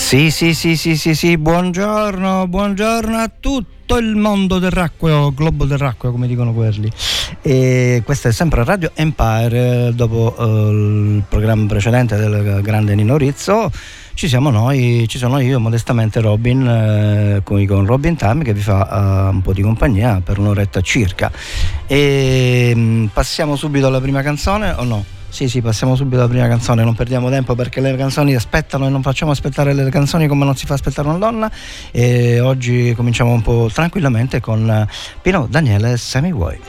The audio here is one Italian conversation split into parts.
Sì, buongiorno a tutto il mondo terracqueo, globo terracqueo come dicono quelli. E questa è sempre Radio Empire. Dopo il programma precedente del grande Nino Rizzo ci sono io modestamente Robin, con Robin Time, che vi fa un po' di compagnia per un'oretta circa. E passiamo subito alla prima canzone o no? Sì, passiamo subito alla prima canzone, non perdiamo tempo perché le canzoni aspettano e non facciamo aspettare le canzoni come non si fa aspettare una donna. E oggi cominciamo un po' tranquillamente con Pino Daniele, Se mi vuoi.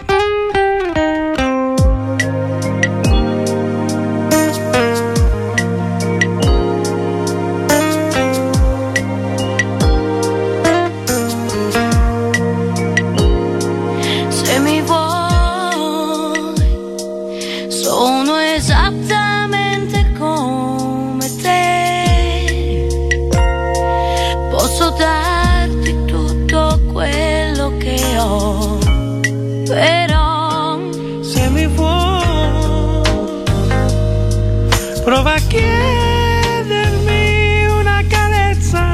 Prova a chiedermi una carezza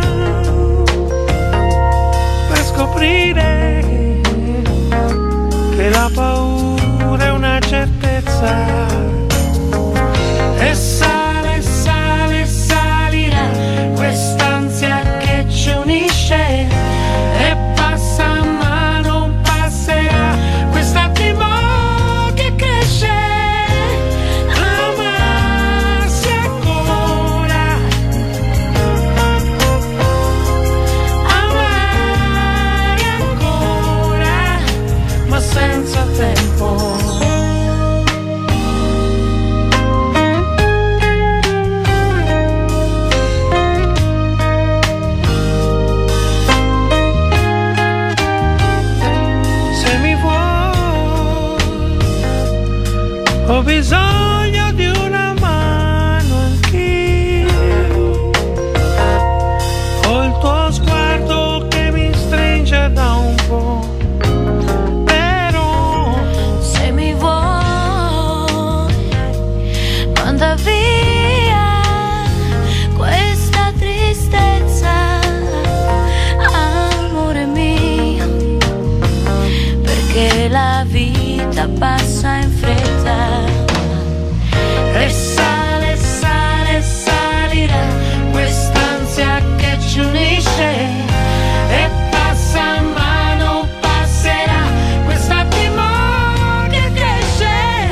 per scoprire che la paura è una certezza. E sale, sale, salirà quest'ansia che ci unisce e passa ma non passerà quest'attimo che cresce. Senza tempo. Se mi vuoi, ho bisogno di una mano anch'io. Ho il tuo sguardo che mi stringe da un po'. Manda via questa tristezza, amore mio, perché la vita passa in fretta. E sale, sale, salirà quest'ansia che ci unisce e passa ma non passerà quest'attimo che cresce.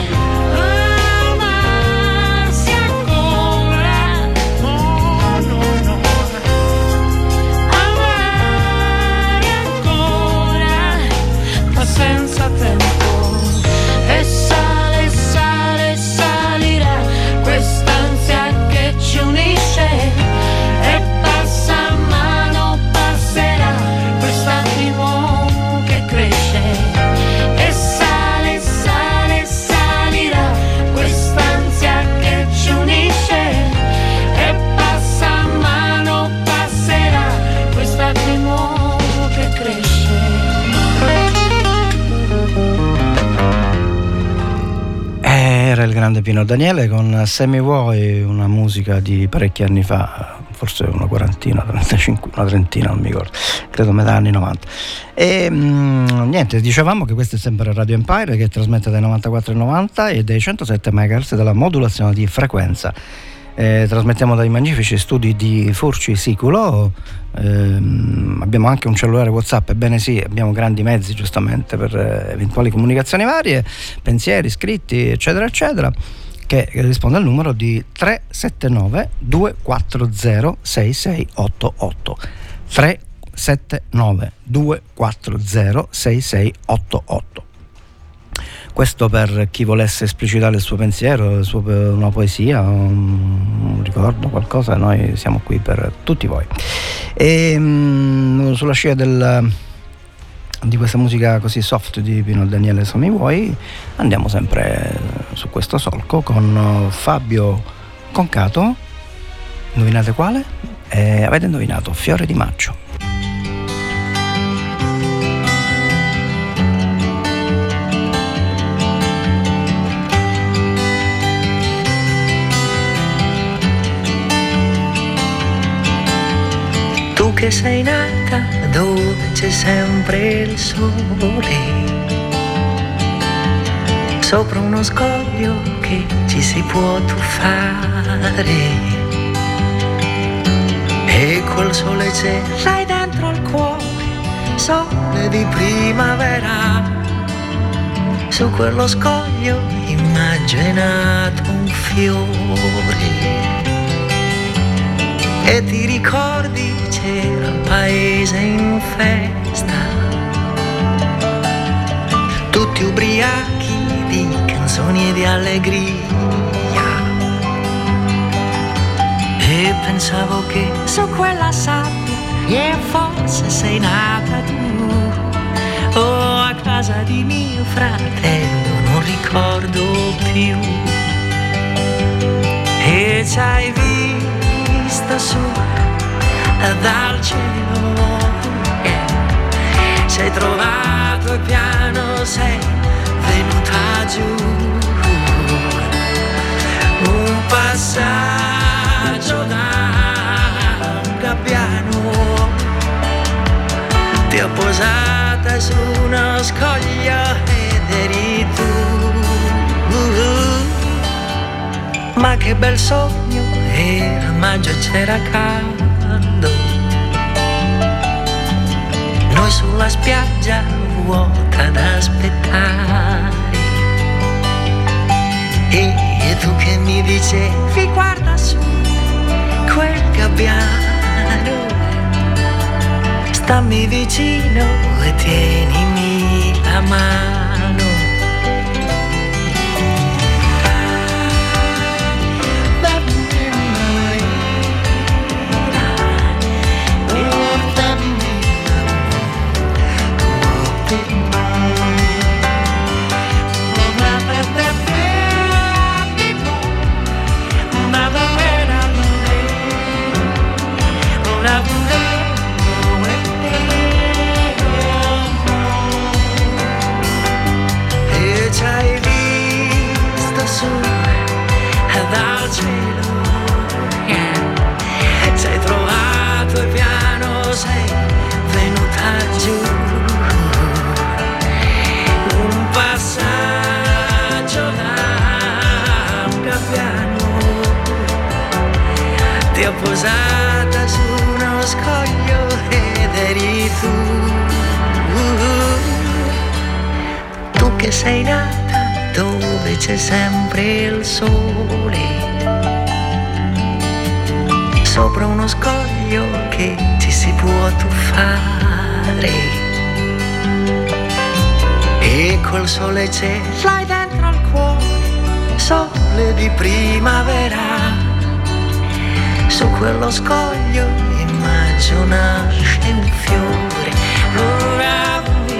Senza tempo. E sale, sale, salirà quest'ansia che ci unisce e passa ma non passerà quest'attimo che cresce. E sale, sale, salirà quest'ansia che ci unisce e passa ma non passerà quest'attimo che cresce. Era il grande Pino Daniele con Se mi vuoi, una musica di parecchi anni fa, forse una quarantina, 35, una trentina, non mi ricordo, credo metà anni 90. E niente, dicevamo che questo è sempre Radio Empire, che trasmette dai 94,90 e dai 107 MHz della modulazione di frequenza. Trasmettiamo dai magnifici studi di Furci Siculo. Abbiamo anche un cellulare WhatsApp, ebbene sì, abbiamo grandi mezzi giustamente per eventuali comunicazioni varie, pensieri, scritti, eccetera eccetera, che risponde al numero di 379 240 6688 379 240 6688. Questo per chi volesse esplicitare il suo pensiero, una poesia, un ricordo, qualcosa, noi siamo qui per tutti voi. E sulla scia di questa musica così soft di Pino Daniele, Se mi vuoi, andiamo sempre su questo solco con Fabio Concato. Indovinate quale? Avete indovinato, Fiore di maggio. che sei nata dove c'è sempre il sole, sopra uno scoglio che ci si può tuffare, e col sole c'è, l'hai dentro al cuore, sole di primavera. Su quello scoglio immaginato un fiore, e ti ricordi c'era il paese in festa, tutti ubriachi di canzoni e di allegria, e pensavo che su quella sabbia e forse sei nata tu, o a casa di mio fratello, non ricordo più, e ci hai visto su dal cielo, sei trovato e piano sei venuta giù, un passaggio da un gabbiano, ti ho posata su uno scoglio ed eri tu, ma che bel sogno era, maggio e c'era caldo, noi sulla spiaggia vuota ad aspettare, e tu che mi dicevi guarda su quel gabbiano, stammi vicino e tienimi la mano. Dal cielo, sei trovato e piano sei venuta giù, un passaggio da un gabbiano, ti ho posata su uno scoglio ed eri tu che sei nata dove c'è sempre il sole, sopra uno scoglio che ci si può tuffare, e col sole c'è, l'hai dentro al cuore, sole di primavera, su quello scoglio immagino nasce un fiore, ora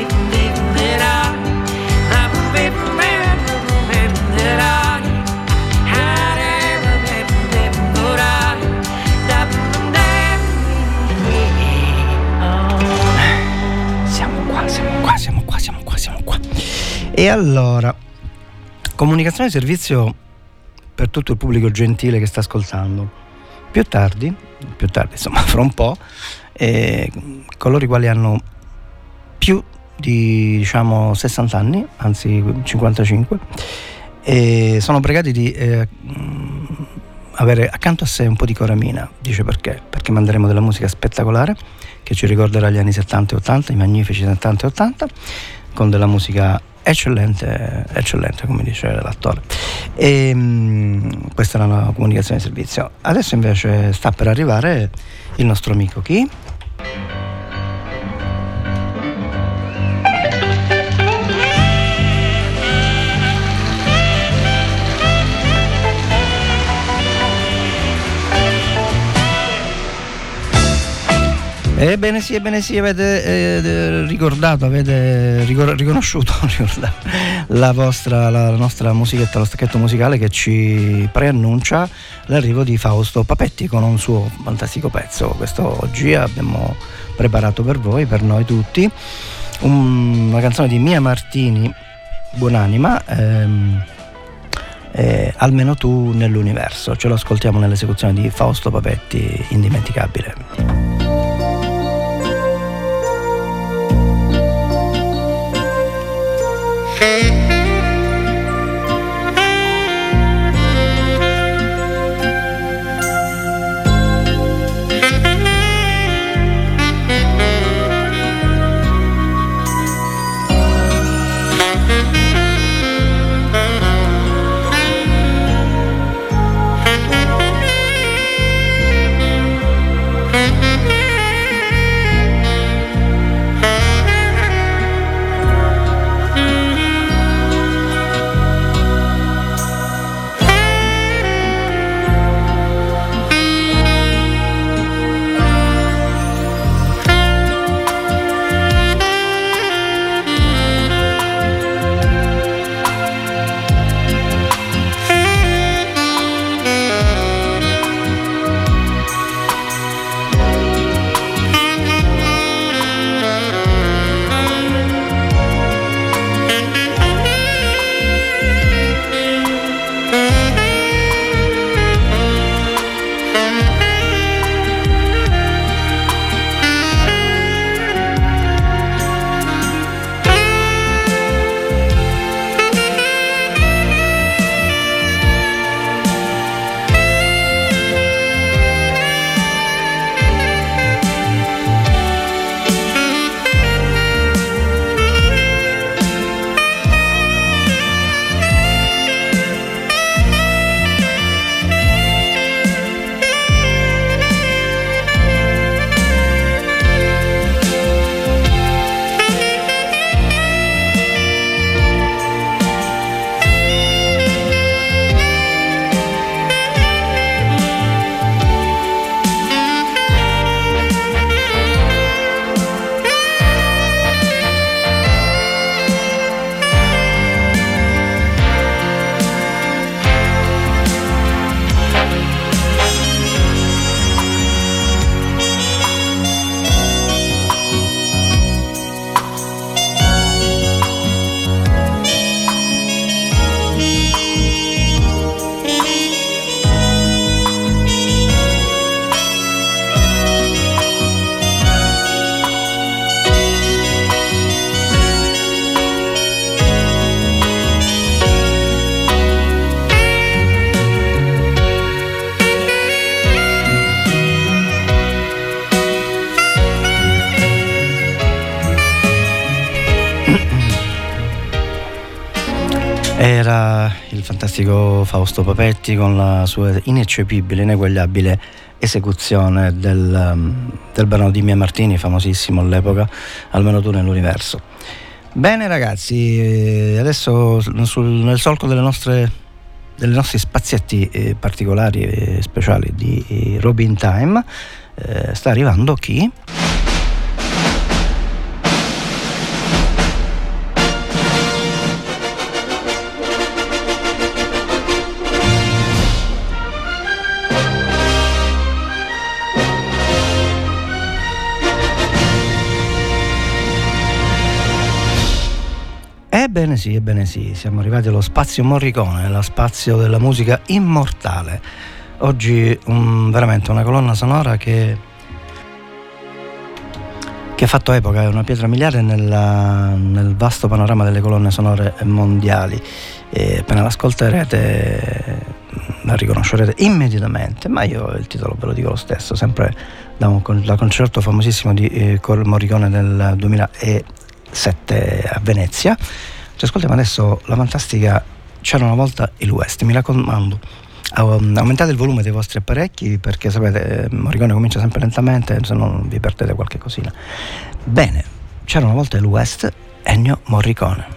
siamo qua. E allora, comunicazione di servizio per tutto il pubblico gentile che sta ascoltando. Più tardi, insomma, fra un po', coloro i quali hanno più di 60 anni, anzi 55, sono pregati di avere accanto a sé un po' di coramina. Dice perché manderemo della musica spettacolare che ci ricorderà gli anni 70 e 80, i magnifici 70 e 80, con della musica eccellente come dice l'attore. Questa era la comunicazione di servizio. Adesso invece sta per arrivare il nostro amico chi? Ebbene sì, avete ricordato, avete riconosciuto la nostra musichetta, lo stacchetto musicale che ci preannuncia l'arrivo di Fausto Papetti con un suo fantastico pezzo. Questo oggi abbiamo preparato per voi, per noi tutti, una canzone di Mia Martini, Buonanima, Almeno tu nell'universo. Ce lo ascoltiamo nell'esecuzione di Fausto Papetti, indimenticabile. Era il fantastico Fausto Papetti con la sua ineccepibile, ineguagliabile esecuzione del brano di Mia Martini, famosissimo all'epoca, Almeno tu nell'universo. Bene ragazzi, adesso nel solco dei nostri spazietti particolari e speciali di Robin Time sta arrivando chi? Ebbene sì, siamo arrivati allo spazio Morricone, lo spazio della musica immortale. Oggi veramente una colonna sonora che ha fatto epoca, è una pietra miliare nel vasto panorama delle colonne sonore mondiali. E appena l'ascolterete la riconoscerete immediatamente, ma io il titolo ve lo dico lo stesso, sempre da concerto famosissimo di Morricone del 2007 a Venezia. Ci ascoltiamo adesso la fantastica C'era una volta il West. Mi raccomando, aumentate il volume dei vostri apparecchi perché sapete Morricone comincia sempre lentamente, se no vi perdete qualche cosina. Bene, C'era una volta il West, Ennio Morricone.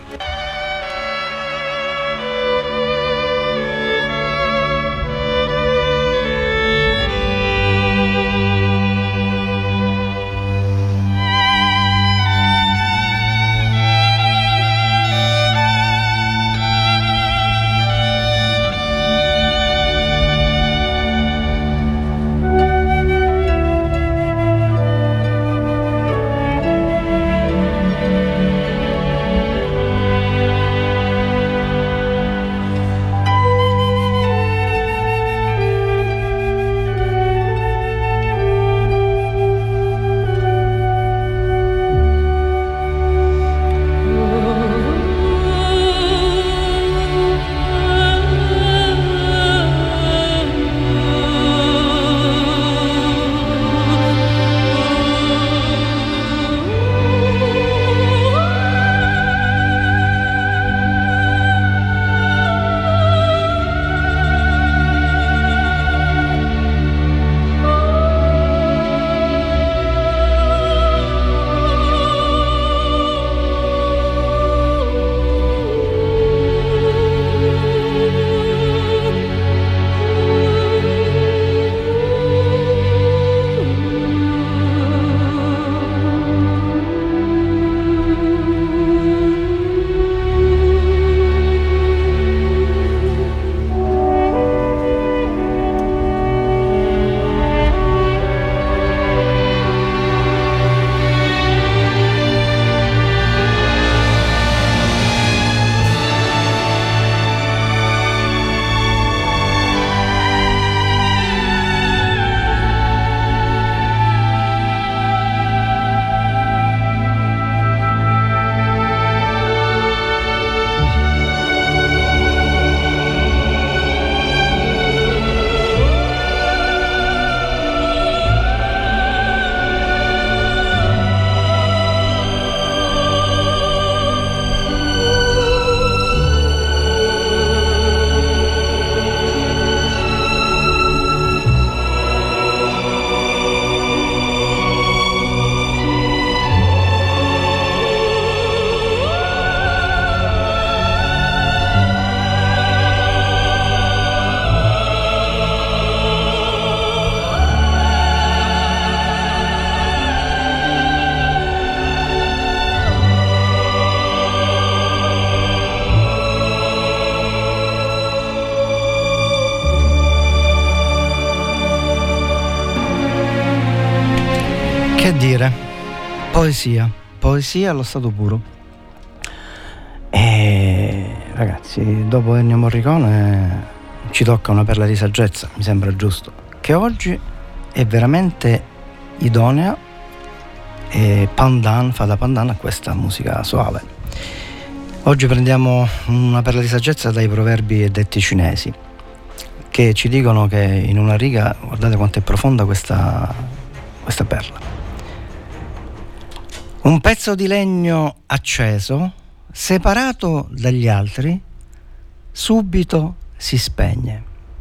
dire, poesia allo stato puro. E ragazzi, dopo Ennio Morricone ci tocca una perla di saggezza, mi sembra giusto, che oggi è veramente idonea e fa da pandan a questa musica soave. Oggi prendiamo una perla di saggezza dai proverbi e detti cinesi, che ci dicono che in una riga, guardate quanto è profonda questa perla. Un pezzo di legno acceso, separato dagli altri, subito si spegne.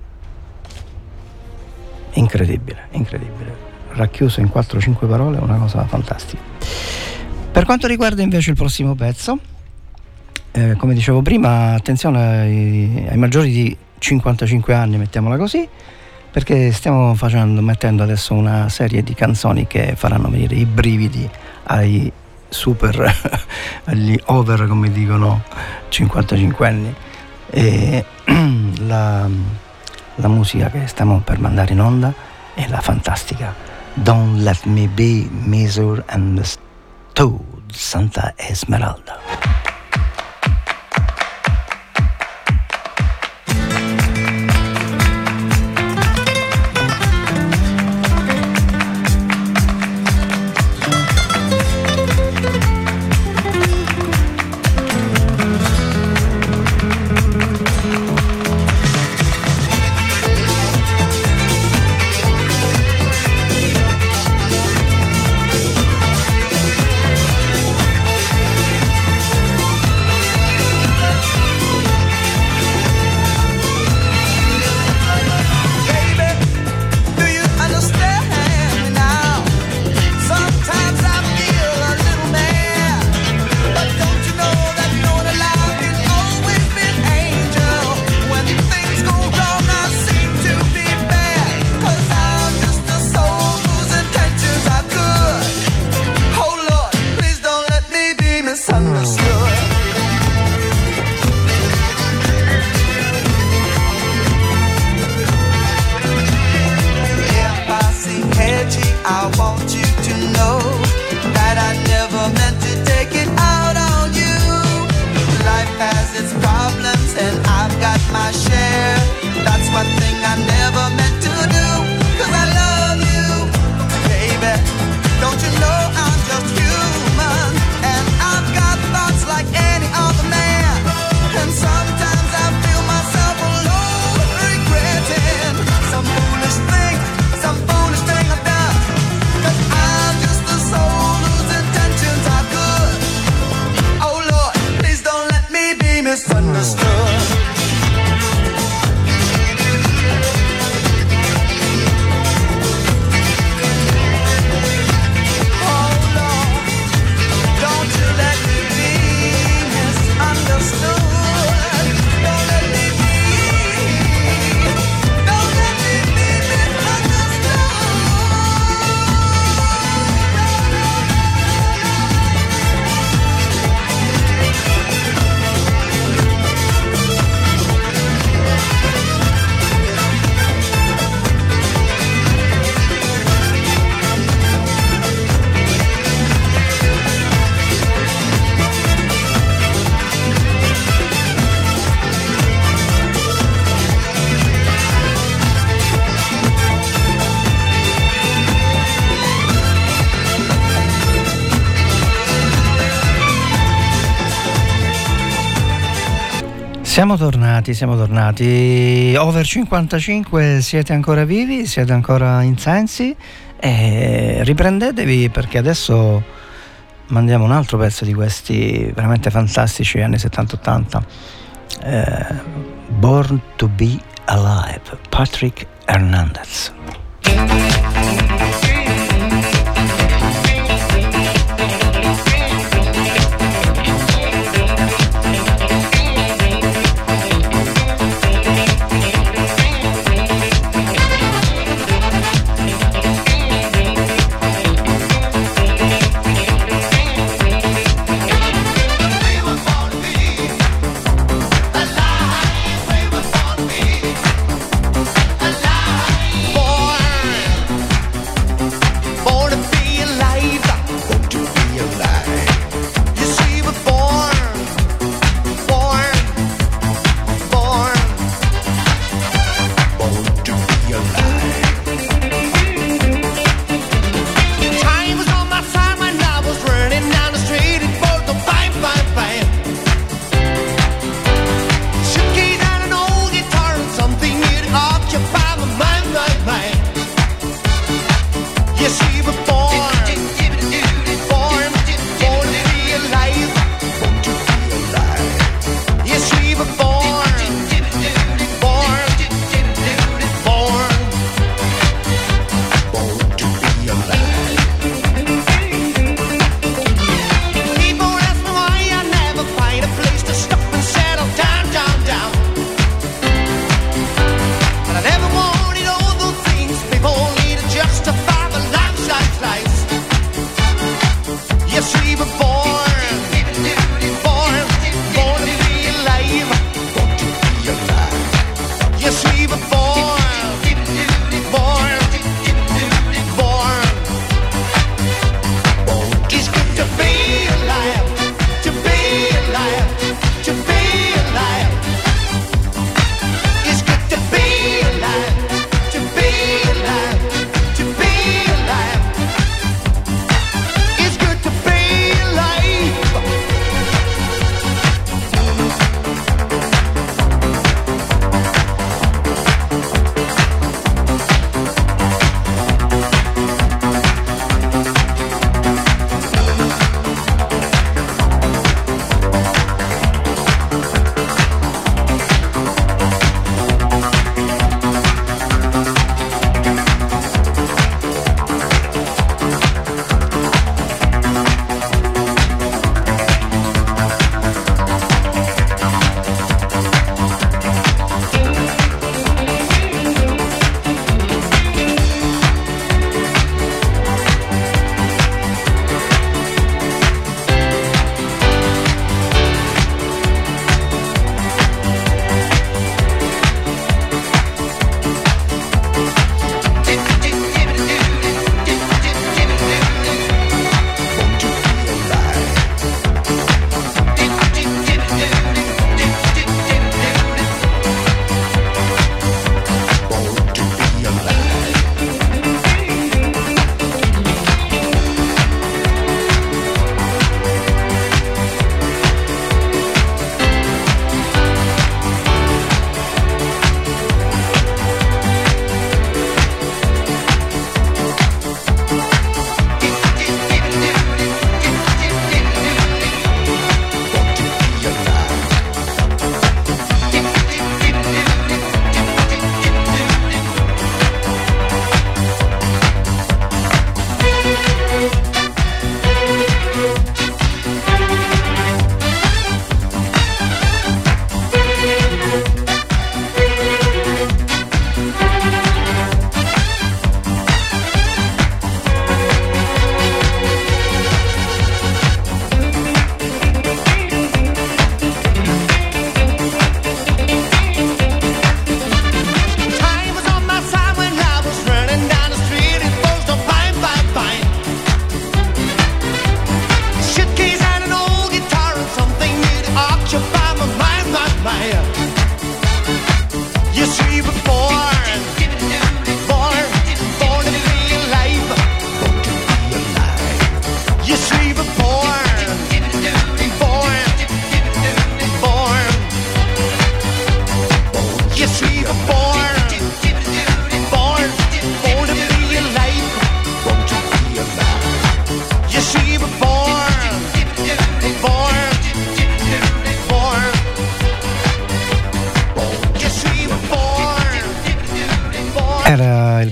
Incredibile, racchiuso in 4-5 parole, una cosa fantastica. Per quanto riguarda invece il prossimo pezzo, come dicevo prima, attenzione ai maggiori di 55 anni, mettiamola così, perché stiamo mettendo adesso una serie di canzoni che faranno venire i brividi ai super, agli over, come dicono, 55 anni. E la musica che stiamo per mandare in onda è la fantastica Don't Let Me Be Missouri and the Toad, Santa Esmeralda. Siamo tornati. Over 55, siete ancora vivi, siete ancora insensi, e riprendetevi, perché adesso mandiamo un altro pezzo di questi veramente fantastici anni 70-80. Born to be Alive, Patrick Hernandez.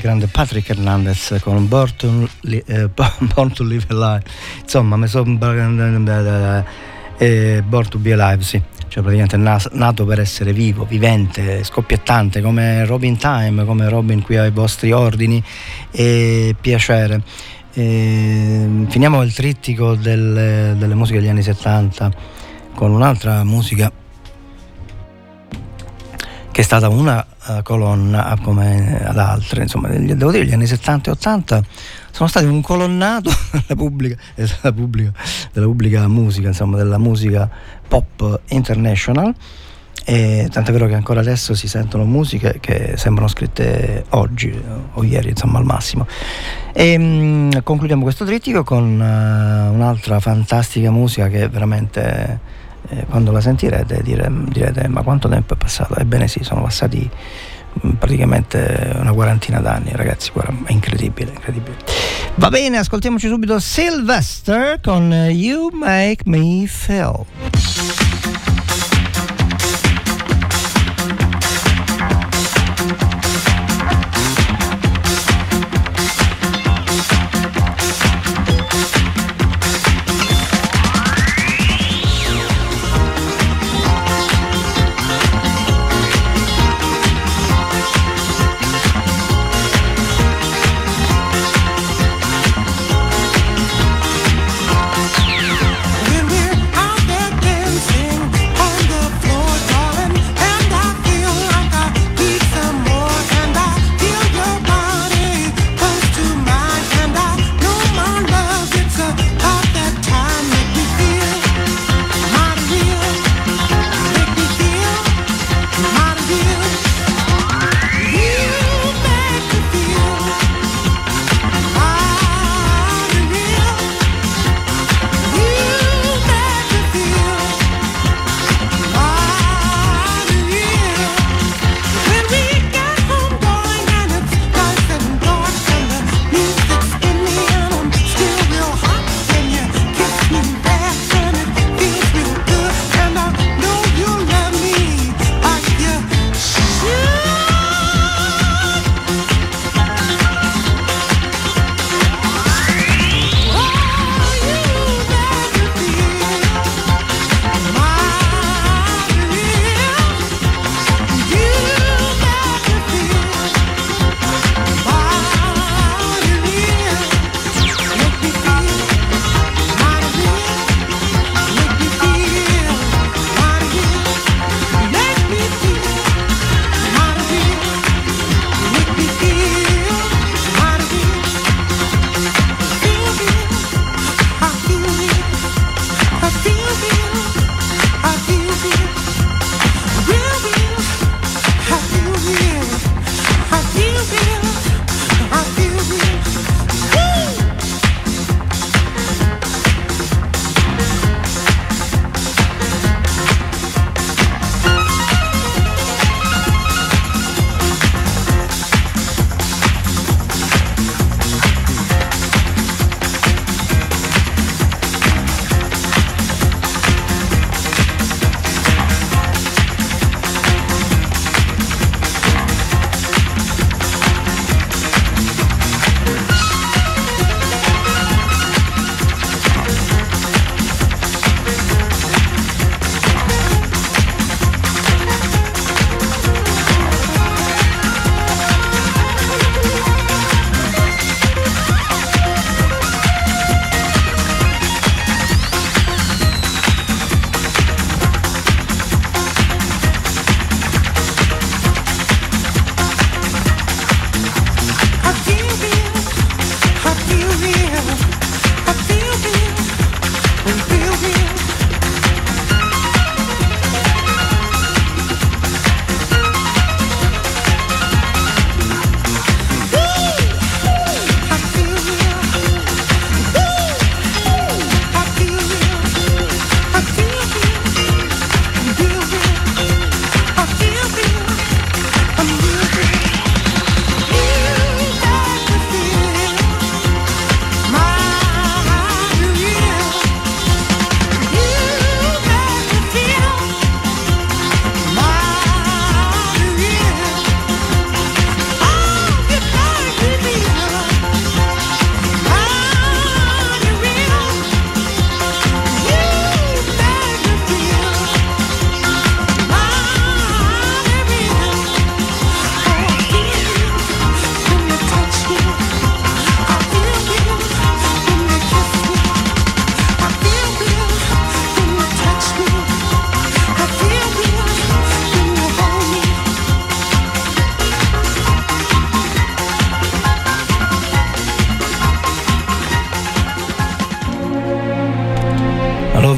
grande Patrick Hernandez con Born to Live Alive, insomma mi sono Born to Be Alive, sì, cioè praticamente nato per essere vivo, vivente, scoppiettante, come Robin Time, come Robin qui ai vostri ordini e piacere. Finiamo il trittico delle musiche degli anni 70 con un'altra musica che è stata una colonna come ad altre, insomma, devo dire gli anni 70 e 80 sono stati un colonnato della pubblica musica, insomma, della musica pop international, e tant'è vero che ancora adesso si sentono musiche che sembrano scritte oggi o ieri, insomma, al massimo. E concludiamo questo trittico con un'altra fantastica musica che veramente quando la sentirete direte ma quanto tempo è passato? Ebbene sì, sono passati praticamente una quarantina d'anni, ragazzi, è incredibile. Va bene, ascoltiamoci subito Sylvester con You Make Me Feel. When we're out there dancing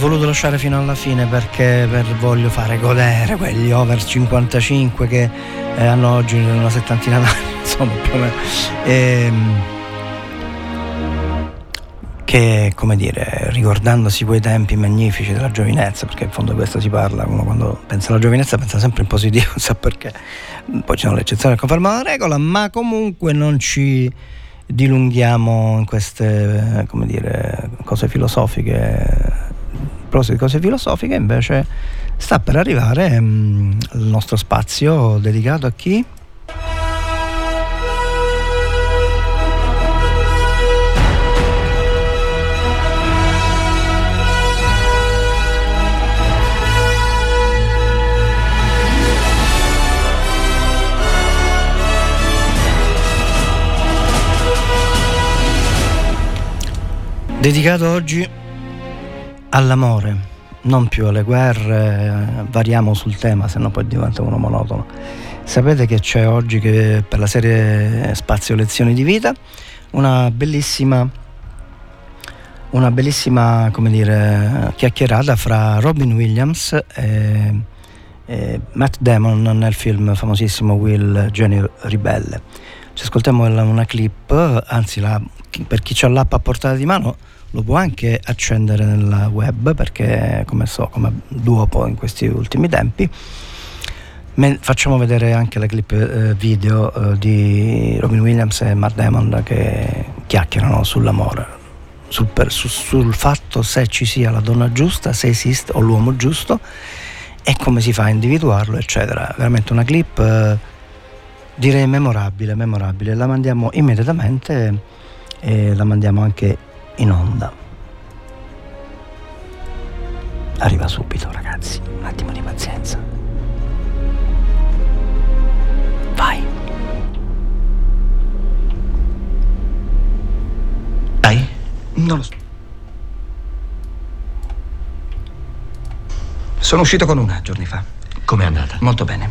voluto lasciare fino alla fine perché voglio fare godere quegli over 55 che hanno oggi una settantina d'anni, insomma, più o meno. Che, come dire, ricordandosi quei tempi magnifici della giovinezza, perché in fondo di questo si parla, uno quando pensa alla giovinezza pensa sempre in positivo, non so perché, poi ci sono le eccezioni che confermano la regola, ma comunque non ci dilunghiamo in queste, come dire, cose filosofiche. A proposito di cose filosofiche, invece sta per arrivare il nostro spazio dedicato a chi? Dedicato oggi all'amore, non più alle guerre, variamo sul tema, se no poi diventa uno monotono. Sapete che c'è oggi, che per la serie Spazio Lezioni di Vita, una bellissima, come dire, chiacchierata fra Robin Williams e Matt Damon nel film famosissimo Will, Genio Ribelle. Ci ascoltiamo una clip, anzi per chi c'ha l'app a portata di mano lo può anche accendere nel web, perché come duopo in questi ultimi tempi facciamo vedere anche la clip video di Robin Williams e Matt Damon che chiacchierano sull'amore, sul fatto se ci sia la donna giusta, se esiste, o l'uomo giusto, e come si fa a individuarlo, eccetera. Veramente una clip direi memorabile. La mandiamo immediatamente e la mandiamo anche in onda. Arriva subito, ragazzi, un attimo di pazienza. Vai. Dai? Non lo so. Sono uscito con una giorni fa. Com'è andata? Molto bene.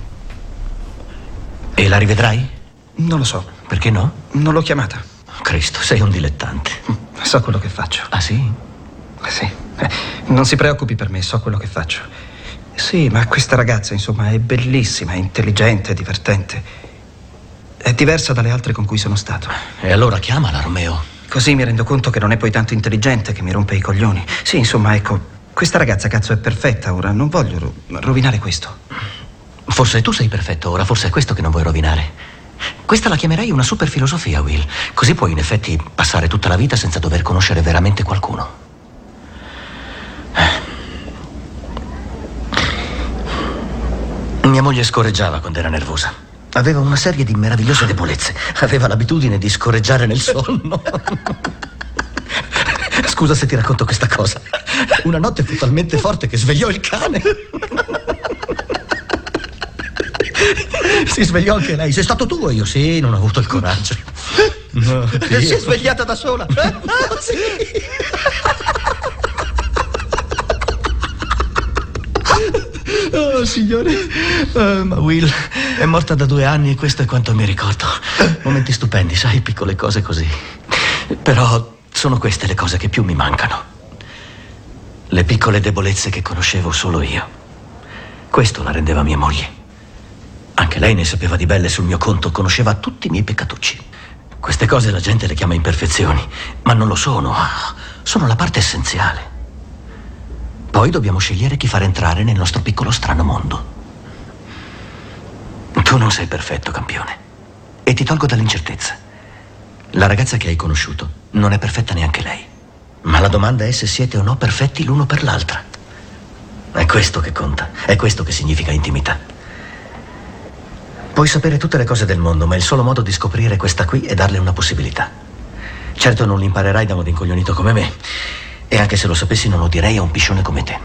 E la rivedrai? Non lo so. Perché no? Non l'ho chiamata. Cristo, sei un dilettante. So quello che faccio. Ah, sì? Sì. Non si preoccupi per me, so quello che faccio. Sì, ma questa ragazza, insomma, è bellissima, è intelligente, è divertente. È diversa dalle altre con cui sono stato. E allora chiamala, Romeo. Così mi rendo conto che non è poi tanto intelligente, che mi rompe i coglioni. Sì, insomma, ecco, questa ragazza cazzo è perfetta ora, non voglio rovinare questo. Forse tu sei perfetto ora, forse è questo che non vuoi rovinare. Questa la chiamerei una super filosofia, Will. Così puoi in effetti passare tutta la vita senza dover conoscere veramente qualcuno. Mia moglie scorreggiava quando era nervosa. Aveva una serie di meravigliose debolezze. Aveva l'abitudine di scorreggiare nel sonno. Scusa se ti racconto questa cosa. Una notte fu talmente forte che svegliò il cane. Si svegliò anche lei. Sei stato tu? E io sì, non ho avuto il coraggio. No, si è svegliata da sola. Sì. Oh, signore. Ma Will è morta da 2 anni e questo è quanto mi ricordo. Momenti stupendi, sai, piccole cose così. Però sono queste le cose che più mi mancano. Le piccole debolezze che conoscevo solo io. Questo la rendeva mia moglie. Anche lei ne sapeva di belle sul mio conto, conosceva tutti i miei peccatucci. Queste cose la gente le chiama imperfezioni, ma non lo sono. Sono la parte essenziale. Poi dobbiamo scegliere chi far entrare nel nostro piccolo strano mondo. Tu non sei perfetto, campione. E ti tolgo dall'incertezza. La ragazza che hai conosciuto non è perfetta neanche lei. Ma la domanda è se siete o no perfetti l'uno per l'altra. È questo che conta, è questo che significa intimità. Puoi sapere tutte le cose del mondo, ma il solo modo di scoprire questa qui è darle una possibilità. Certo non l'imparerai da un rincoglionito come me. E anche se lo sapessi non lo direi a un piscione come te.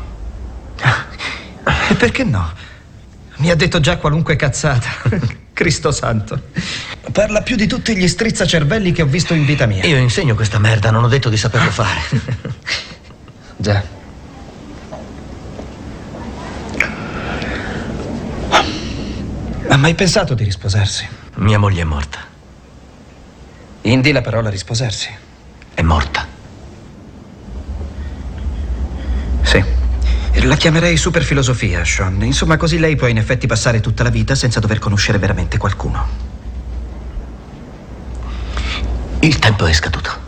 E perché no? Mi ha detto già qualunque cazzata. Cristo santo. Parla più di tutti gli strizzacervelli che ho visto in vita mia. Io insegno questa merda, non ho detto di saperlo fare. Già. Ha mai pensato di risposarsi? Mia moglie è morta. Indi la parola risposarsi. È morta. Sì. La chiamerei superfilosofia, Sean. Insomma, così lei può in effetti passare tutta la vita senza dover conoscere veramente qualcuno. Il tempo è scaduto.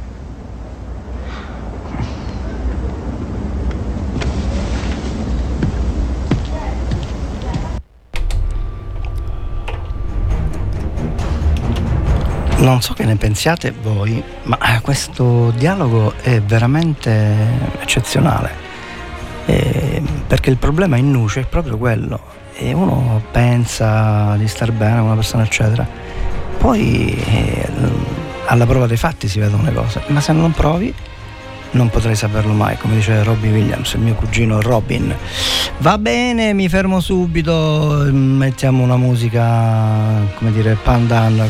Non so che ne pensiate voi, ma questo dialogo è veramente eccezionale, perché il problema in nuce è proprio quello, e uno pensa di star bene con una persona eccetera, poi alla prova dei fatti si vedono le cose, ma se non provi non potrai saperlo mai, come dice Robbie Williams, il mio cugino Robin. Va bene, mi fermo subito, mettiamo una musica, come dire, pandan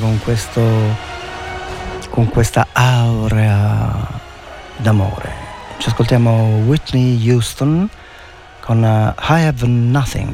con questa aurea d'amore. Ci ascoltiamo Whitney Houston con I Have Nothing.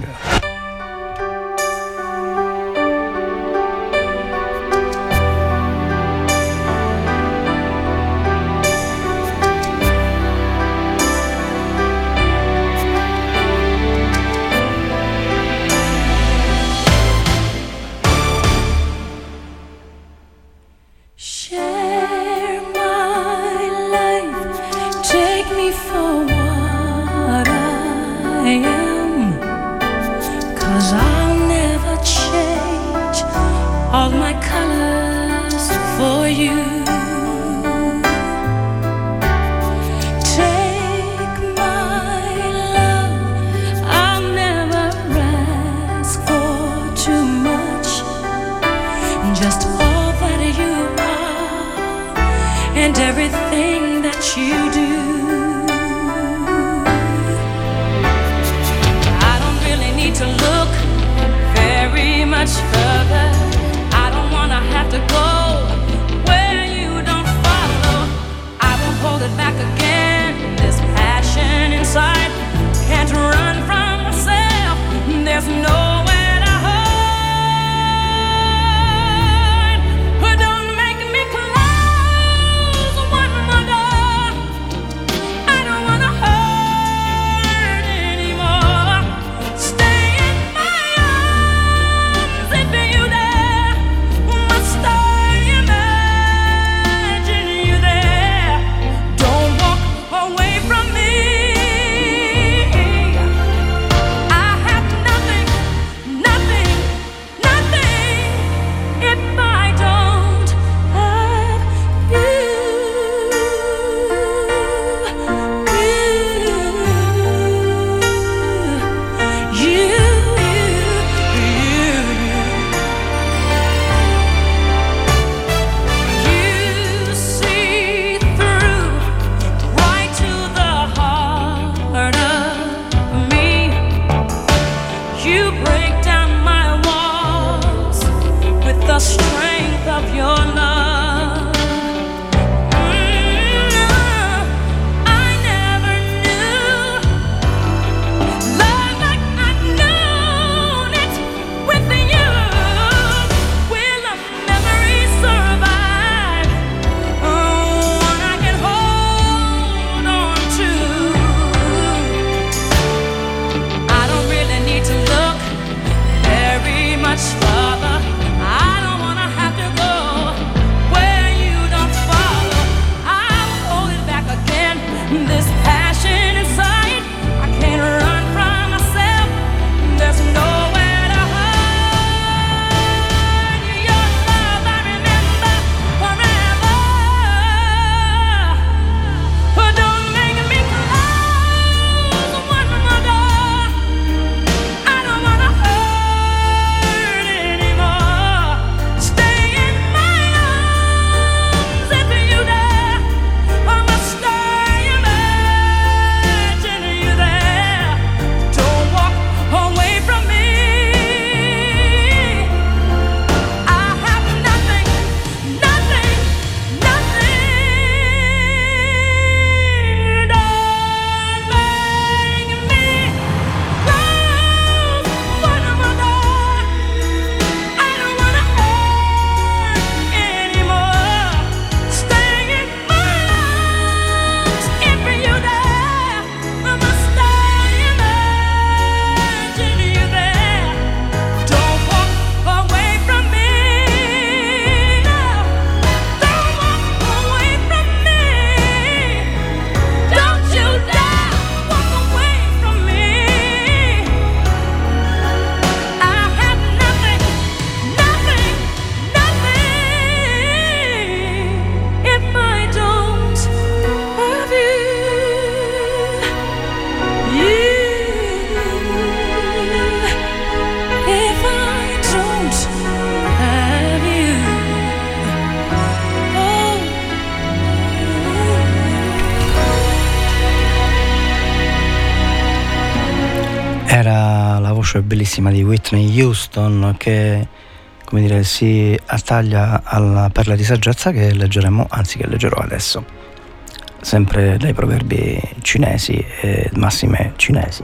voce bellissima di Whitney Houston che, come dire, si attaglia alla perla di saggezza che leggeremo, anzi che leggerò adesso, sempre dai proverbi cinesi e massime cinesi.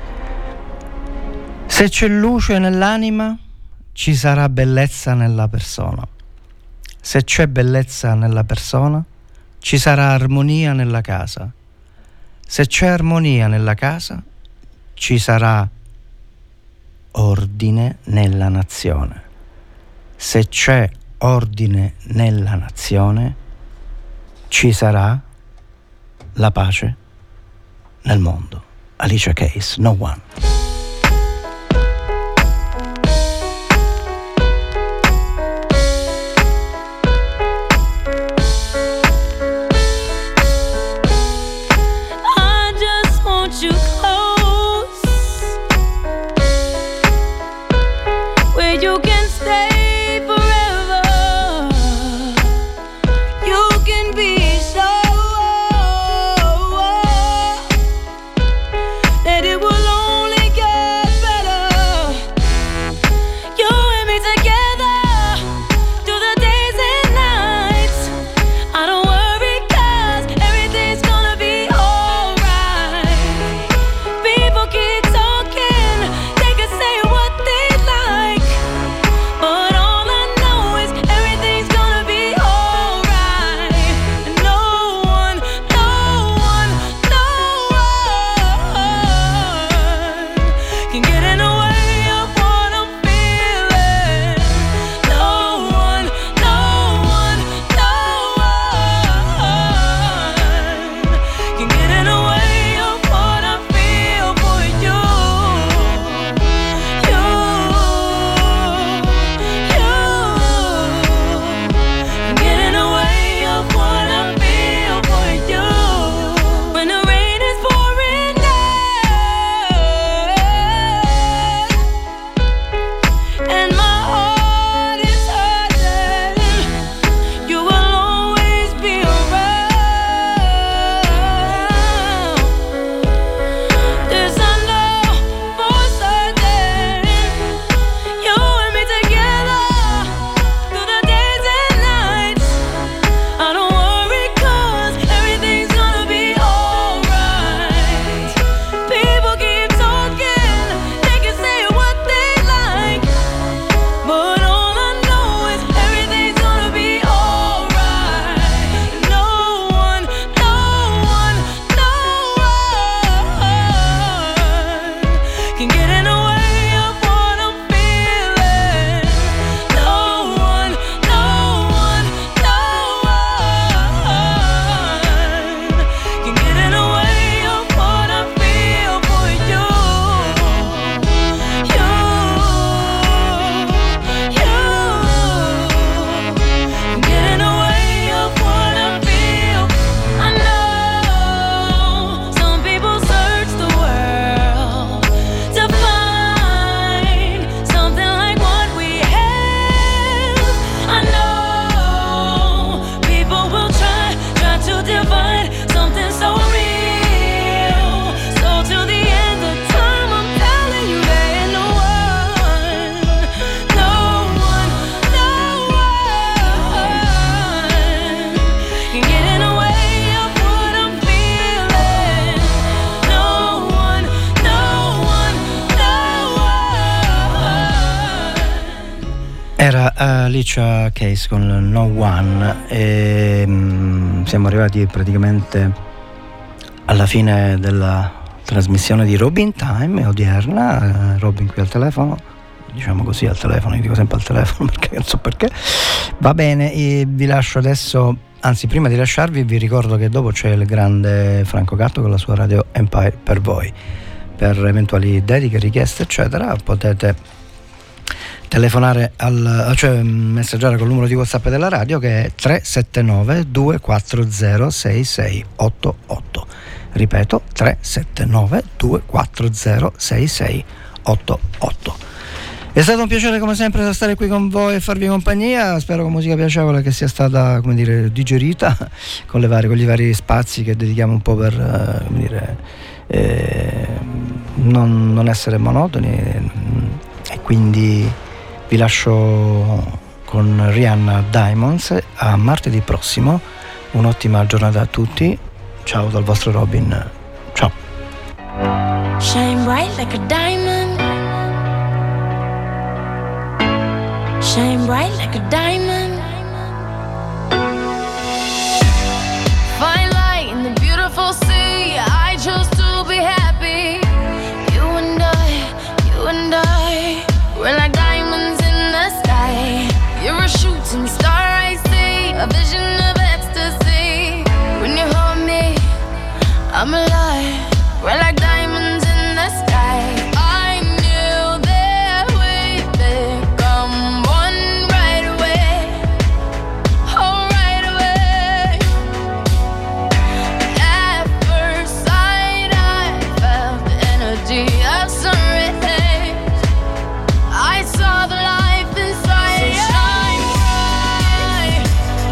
Se c'è luce nell'anima, ci sarà bellezza nella persona. Se c'è bellezza nella persona, ci sarà armonia nella casa. Se c'è armonia nella casa, ci sarà ordine nella nazione. Se c'è ordine nella nazione, ci sarà la pace nel mondo. Alicia Keys, No One. Era Alicia Keys con No One e siamo arrivati praticamente alla fine della trasmissione di Robin Time odierna. Robin qui al telefono, diciamo così al telefono, io dico sempre al telefono perché non so perché. Va bene, e vi lascio adesso, anzi prima di lasciarvi vi ricordo che dopo c'è il grande Franco Gatto con la sua Radio Empire per voi. Per eventuali dediche, richieste eccetera potete telefonare cioè messaggiare col numero di WhatsApp della radio che è 379 240 6688. Ripeto, 379 240 6688. È stato un piacere come sempre stare qui con voi e farvi compagnia. Spero con musica piacevole che sia stata, come dire, digerita con gli vari spazi che dedichiamo un po' per come dire non essere monotoni, quindi vi lascio con Rihanna Diamonds. A martedì prossimo, un'ottima giornata a tutti, ciao dal vostro Robin, ciao. Shine bright like a diamond. Shine bright like a diamond. Find light in the beautiful sea. I chose to be happy. You and I, we're like diamonds in the sky. You're a shooting star, I see, a vision of ecstasy. When you hold me, I'm alive. We're like diamonds in the sky. I knew that we'd become one right away. Oh, right away. At first sight, I felt the energy of sun rays. I saw the life inside you. So shine bright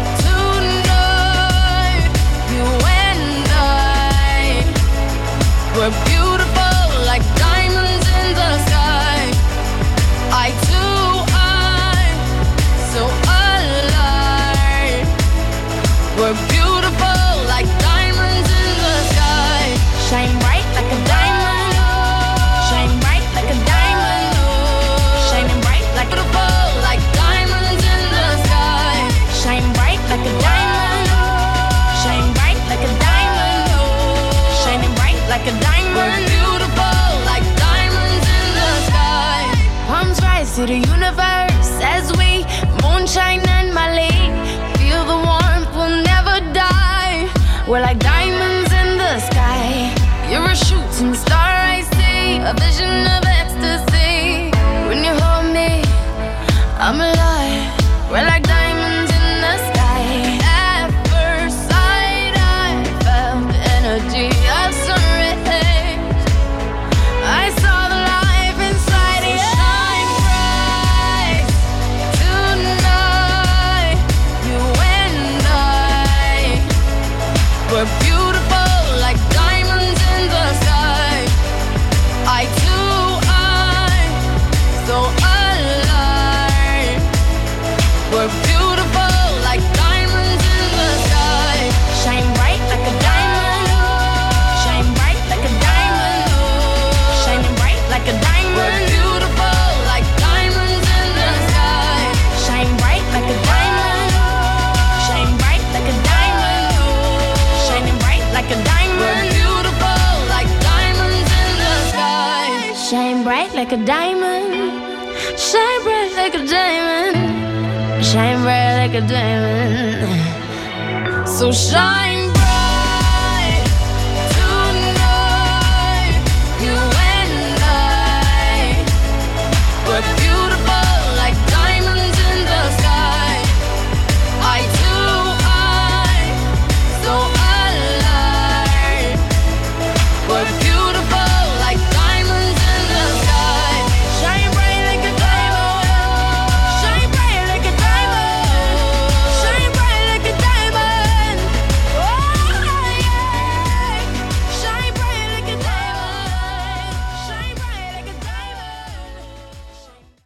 tonight. You and I, we're beautiful like diamonds in the sky. I too, I'm so alive. We're beautiful like diamonds in the sky. Shine bright like a diamond. Shine bright like a diamond. Shining bright like beautiful like diamonds in the sky. Shine bright like a diamond. Shine bright like a diamond. Shining bright like a diamond. We're beautiful like diamonds in the sky. Palms rise to the universe as we moonshine and Mali. Feel the warmth, we'll never die. We're like diamonds in the sky. You're a shooting star, I see, a vision of ecstasy. When you hold me, I'm alive. We're like diamonds in the sky. At first sight, I felt the energy of sun rays. I saw the life inside you. Shine bright tonight. You and I, we're beautiful like diamonds in the sky. I too, I'm so alive. We're beautiful like diamonds in the sky. Shine bright like a diamond. Shine bright like a diamond. Shining bright like a diamond. We're beautiful like diamonds in the sky. Shine bright like a diamond. Shine bright like a diamond. Shining bright like a diamond. We're beautiful like diamonds in the sky. Shine bright like a diamond. Shine bright like a diamond. Shine bright like a diamond. So shine